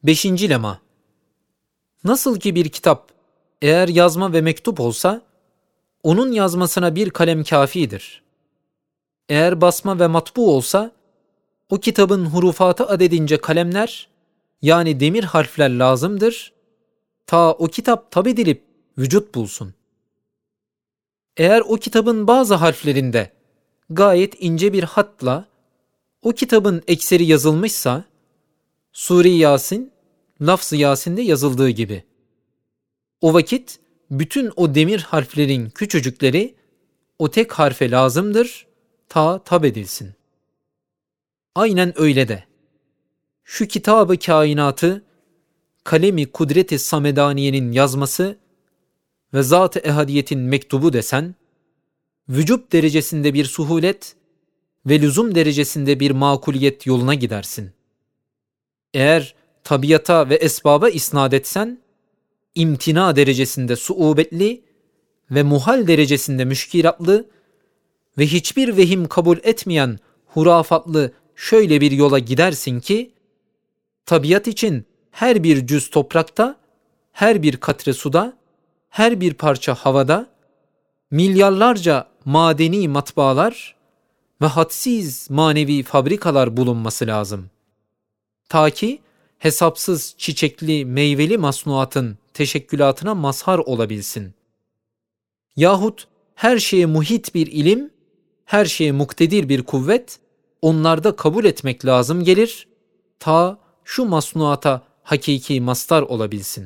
Beşinci lema. Nasıl ki bir kitap eğer yazma ve mektup olsa, onun yazmasına bir kalem kafidir. Eğer basma ve matbu olsa, o kitabın hurufatı adedince kalemler, yani demir harfler lazımdır, ta o kitap tab edilip vücut bulsun. Eğer o kitabın bazı harflerinde gayet ince bir hatla o kitabın ekseri yazılmışsa, Sure-i Yasin, Lafz-ı Yasin'de yazıldığı gibi, o vakit bütün o demir harflerin küçücükleri o tek harfe lazımdır, ta tab edilsin. Aynen öyle de, şu kitabı kainatı, kalemi kudret-i samedaniyenin yazması ve zat-ı ehadiyetin mektubu desen, vücub derecesinde bir suhulet ve lüzum derecesinde bir makuliyet yoluna gidersin. Eğer tabiata ve esbaba isnat etsen, imtina derecesinde suubetli ve muhal derecesinde müşkilatlı ve hiçbir vehim kabul etmeyen hurafatlı şöyle bir yola gidersin ki, tabiat için her bir cüz toprakta, her bir katre suda, her bir parça havada, milyarlarca madeni matbaalar ve hadsiz manevi fabrikalar bulunması lazım. Ta ki hesapsız çiçekli meyveli masnuatın teşekkülatına mazhar olabilsin. Yahut her şeye muhit bir ilim, her şeye muktedir bir kuvvet, onlarda kabul etmek lazım gelir, ta şu masnuata hakiki mastar olabilsin.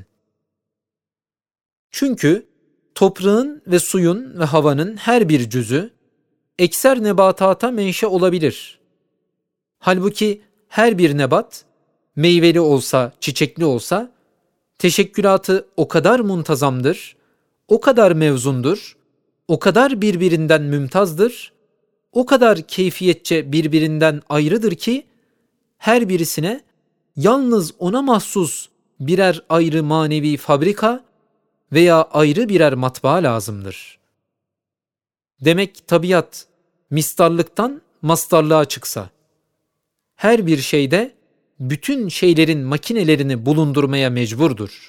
Çünkü toprağın ve suyun ve havanın her bir cüzü, ekser nebatata menşe olabilir. Halbuki her bir nebat, meyveli olsa, çiçekli olsa, teşekkülatı o kadar muntazamdır, o kadar mevzundur, o kadar birbirinden mümtazdır, o kadar keyfiyetçe birbirinden ayrıdır ki, her birisine yalnız ona mahsus birer ayrı manevi fabrika veya ayrı birer matbaa lazımdır. Demek tabiat mistarlıktan mastarlığa çıksa, her bir şeyde bütün şeylerin makinelerini bulundurmaya mecburdur.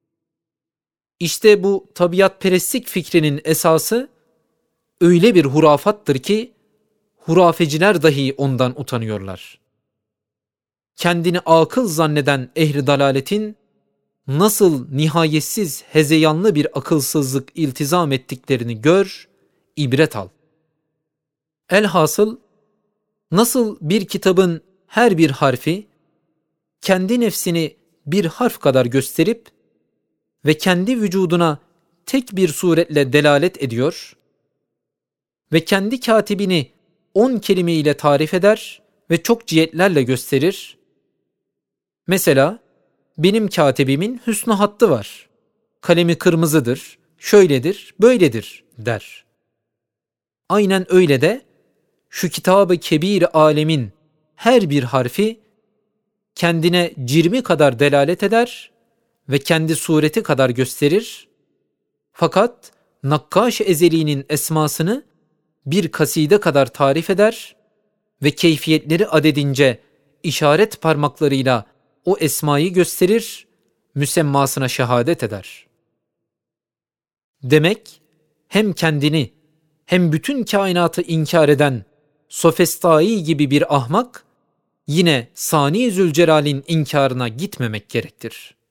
İşte bu tabiatperestlik fikrinin esası öyle bir hurafattır ki hurafeciler dahi ondan utanıyorlar. Kendini akıl zanneden ehli dalaletin nasıl nihayetsiz hezeyanlı bir akılsızlık iltizam ettiklerini gör, ibret al. Elhasıl nasıl bir kitabın her bir harfi kendi nefsini bir harf kadar gösterip ve kendi vücuduna tek bir suretle delalet ediyor ve kendi katibini 10 kelime ile tarif eder ve çok cihetlerle gösterir. Mesela benim katibimin hüsnü hattı var. Kalemi kırmızıdır, şöyledir, böyledir der. Aynen öyle de şu kitab-ı kebir alemin her bir harfi kendine cirmi kadar delalet eder ve kendi sureti kadar gösterir. Fakat Nakkaş Ezeli'nin esmasını bir kaside kadar tarif eder ve keyfiyetleri adedince işaret parmaklarıyla o esmayı gösterir, müsemmasına şehadet eder. Demek hem kendini hem bütün kainatı inkar eden Sofestai gibi bir ahmak, yine Sani Zülcelal'in inkarına gitmemek gerektir.